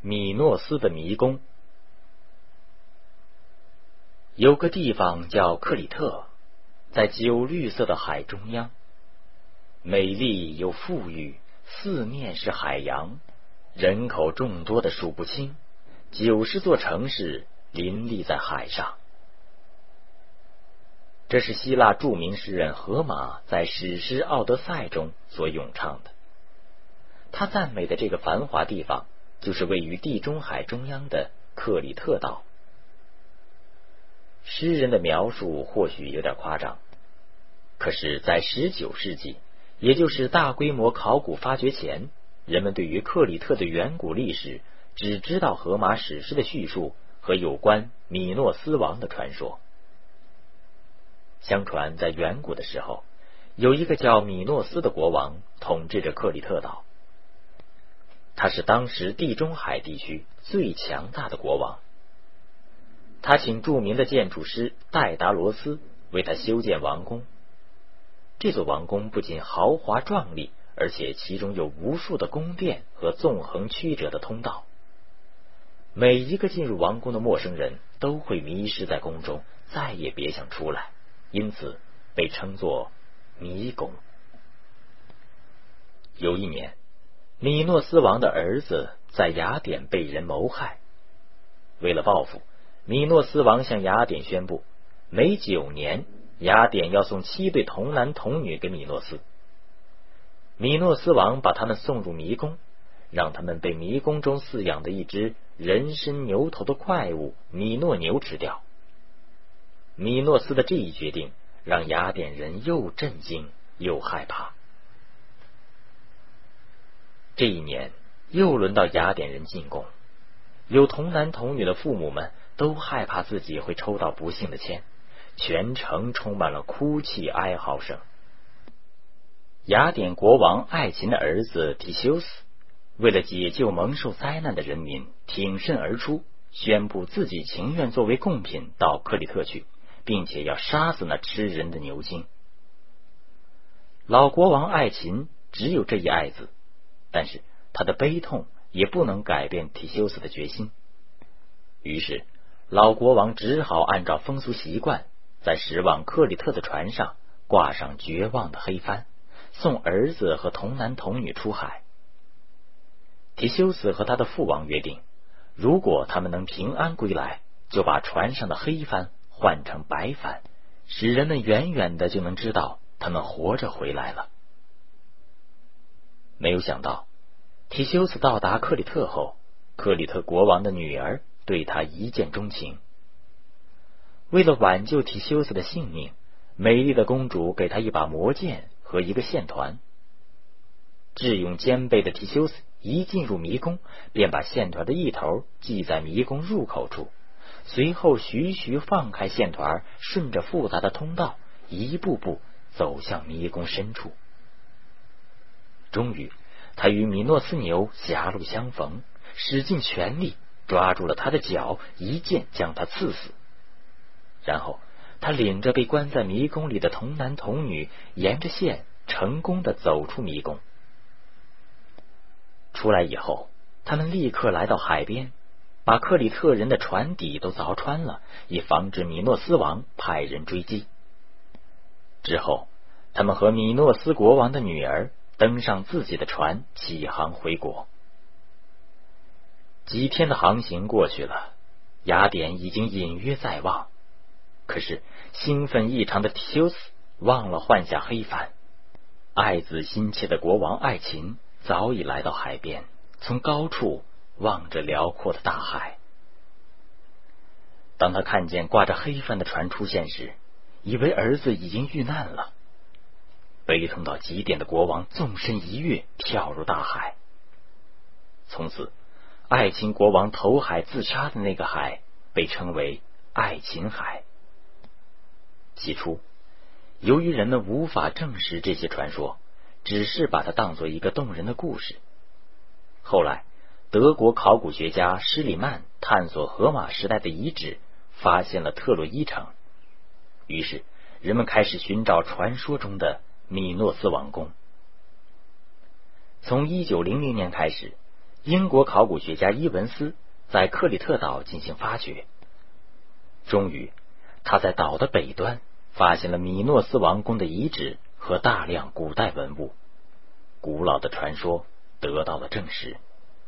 米诺斯的迷宫。有个地方叫克里特，在酒绿色的海中央，美丽又富裕，四面是海洋，人口众多的数不清，90座城市林立在海上。这是希腊著名诗人荷马在史诗《奥德赛》中所咏唱的。他赞美的这个繁华地方，就是位于地中海中央的克里特岛。诗人的描述或许有点夸张，可是在19世纪，也就是大规模考古发掘前，人们对于克里特的远古历史只知道荷马史诗的叙述和有关米诺斯王的传说。相传在远古的时候，有一个叫米诺斯的国王统治着克里特岛，他是当时地中海地区最强大的国王。他请著名的建筑师戴达罗斯为他修建王宫。这座王宫不仅豪华壮丽，而且其中有无数的宫殿和纵横曲折的通道。每一个进入王宫的陌生人都会迷失在宫中，再也别想出来，因此被称作迷宫。有一年，米诺斯王的儿子在雅典被人谋害，为了报复，米诺斯王向雅典宣布，每9年雅典要送7对童男童女给米诺斯。米诺斯王把他们送入迷宫，让他们被迷宫中饲养的一只人身牛头的怪物米诺牛吃掉。米诺斯的这一决定让雅典人又震惊又害怕。这一年又轮到雅典人进贡，有童男童女的父母们都害怕自己会抽到不幸的签，全城充满了哭泣哀嚎声。雅典国王爱琴的儿子提修斯为了解救蒙受灾难的人民，挺身而出，宣布自己情愿作为贡品到克里特去，并且要杀死那吃人的牛精。老国王爱琴只有这一爱子，但是他的悲痛也不能改变提修斯的决心。于是老国王只好按照风俗习惯，在驶往克里特的船上挂上绝望的黑帆，送儿子和童男童女出海。提修斯和他的父王约定，如果他们能平安归来，就把船上的黑帆换成白帆，使人们远远的就能知道他们活着回来了。没有想到，提修斯到达克里特后，克里特国王的女儿对他一见钟情。为了挽救提修斯的性命，美丽的公主给他一把魔剑和一个线团。智勇兼备的提修斯一进入迷宫，便把线团的一头系在迷宫入口处，随后徐徐放开线团，顺着复杂的通道一步步走向迷宫深处。终于他与米诺斯牛狭路相逢，使尽全力抓住了他的脚，一剑将他刺死。然后他领着被关在迷宫里的童男童女，沿着线成功的走出迷宫。出来以后，他们立刻来到海边，把克里特人的船底都凿穿了，以防止米诺斯王派人追击。之后他们和米诺斯国王的女儿登上自己的船，起航回国。几天的航行过去了，雅典已经隐约在望，可是兴奋异常的提修斯忘了换下黑帆。爱子心切的国王爱琴早已来到海边，从高处望着辽阔的大海。当他看见挂着黑帆的船出现时，以为儿子已经遇难了。悲痛到极点的国王纵身一跃，跳入大海。从此爱琴国王投海自杀的那个海被称为爱琴海。起初由于人们无法证实这些传说，只是把它当作一个动人的故事。后来德国考古学家施里曼探索荷马时代的遗址，发现了特洛伊城。于是人们开始寻找传说中的米诺斯王宫。从1900年开始， 英国考古学家伊文斯在克里特岛进行发掘，终于他在岛的北端发现了米诺斯王宫的遗址和大量古代文物，古老的传说得到了证实。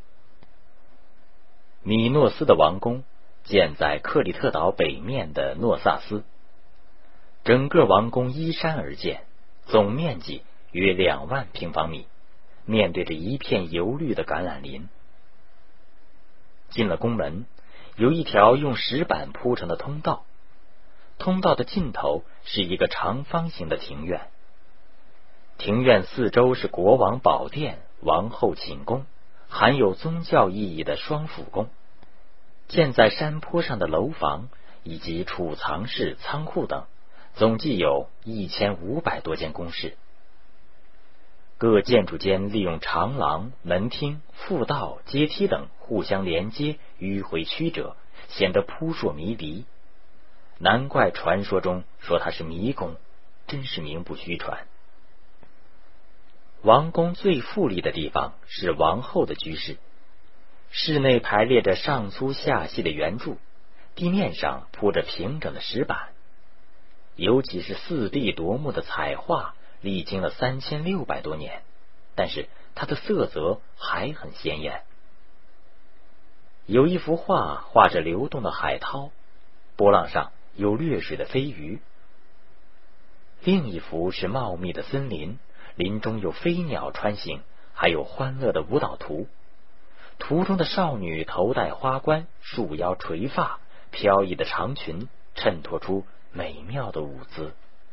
米诺斯的王宫建在克里特岛北面的诺萨斯，整个王宫依山而建，总面积约2万平方米，面对着一片油绿的橄榄林。进了宫门，有一条用石板铺成的通道，通道的尽头是一个长方形的庭院，庭院四周是国王宝殿、王后寝宫，含有宗教意义的双辅宫。建在山坡上的楼房以及储藏室、仓库等，总计有1500多间宫室。各建筑间利用长廊、门厅、复道、阶梯等互相连接，迂回曲折，显得扑朔迷离。难怪传说中说它是迷宫，真是名不虚传。王宫最富丽的地方是王后的居室，室内排列着上粗下细的圆柱，地面上铺着平整的石板，尤其是四壁夺目的彩画，历经了3600多年，但是它的色泽还很鲜艳。有一幅画画着流动的海涛，波浪上有掠水的飞鱼；另一幅是茂密的森林，林中有飞鸟穿行，还有欢乐的舞蹈图。图中的少女头戴花冠，束腰垂发，飘逸的长裙衬托出美妙的舞姿。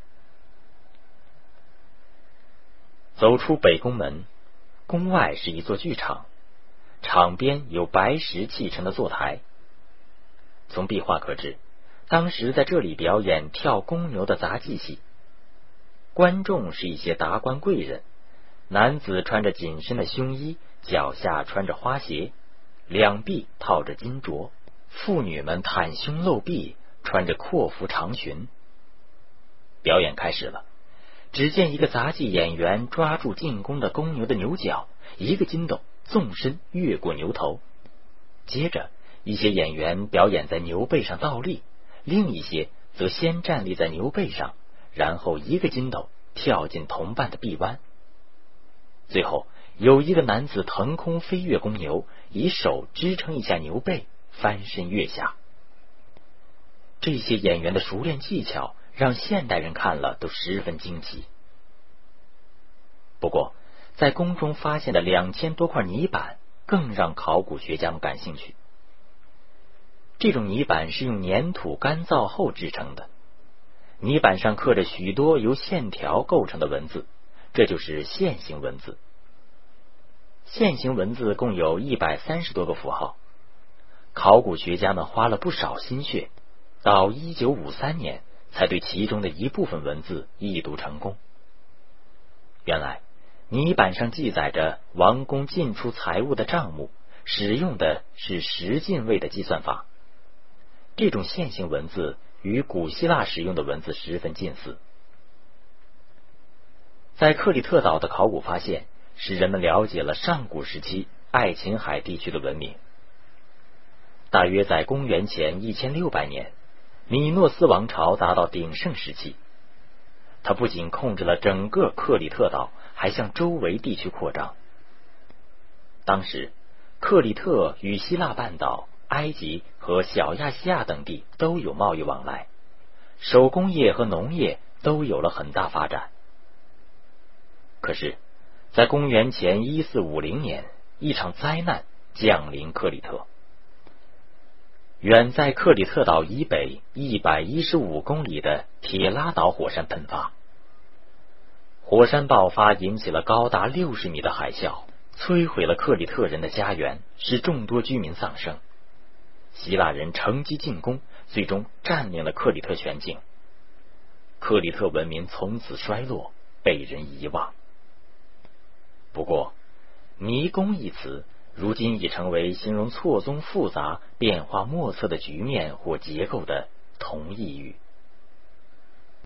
走出北宫门，宫外是一座剧场，场边有白石砌成的坐台。从壁画可知，当时在这里表演跳公牛的杂技戏。观众是一些达官贵人，男子穿着紧身的胸衣，脚下穿着花鞋，两臂套着金镯；妇女们袒胸露臂，穿着阔服长裙。表演开始了，只见一个杂技演员抓住进宫的公牛的牛角，一个筋斗纵身越过牛头。接着一些演员表演在牛背上倒立，另一些则先站立在牛背上，然后一个筋斗跳进同伴的臂弯。最后有一个男子腾空飞越公牛，以手支撑一下牛背，翻身跃下。这些演员的熟练技巧让现代人看了都十分惊奇。不过在宫中发现的2000多块泥板更让考古学家们感兴趣。这种泥板是用粘土干燥后制成的，泥板上刻着许多由线条构成的文字，这就是线形文字。线形文字共有130多个符号，考古学家们花了不少心血，到1953年才对其中的一部分文字译读成功。原来泥板上记载着王宫进出财物的账目，使用的是10进位的计算法。这种线形文字与古希腊使用的文字十分近似。在克里特岛的考古发现使人们了解了上古时期爱琴海地区的文明。大约在公元前1600年，米诺斯王朝达到鼎盛时期，它不仅控制了整个克里特岛，还向周围地区扩张。当时克里特与希腊半岛、埃及和小亚细亚等地都有贸易往来，手工业和农业都有了很大发展。可是在公元前1450年，一场灾难降临克里特。远在克里特岛以北115公里的铁拉岛火山喷发，火山爆发引起了高达60米的海啸，摧毁了克里特人的家园，使众多居民丧生。希腊人乘机进攻，最终占领了克里特全境。克里特文明从此衰落，被人遗忘。不过迷宫一词如今已成为形容错综复杂、变化莫测的局面或结构的同义语。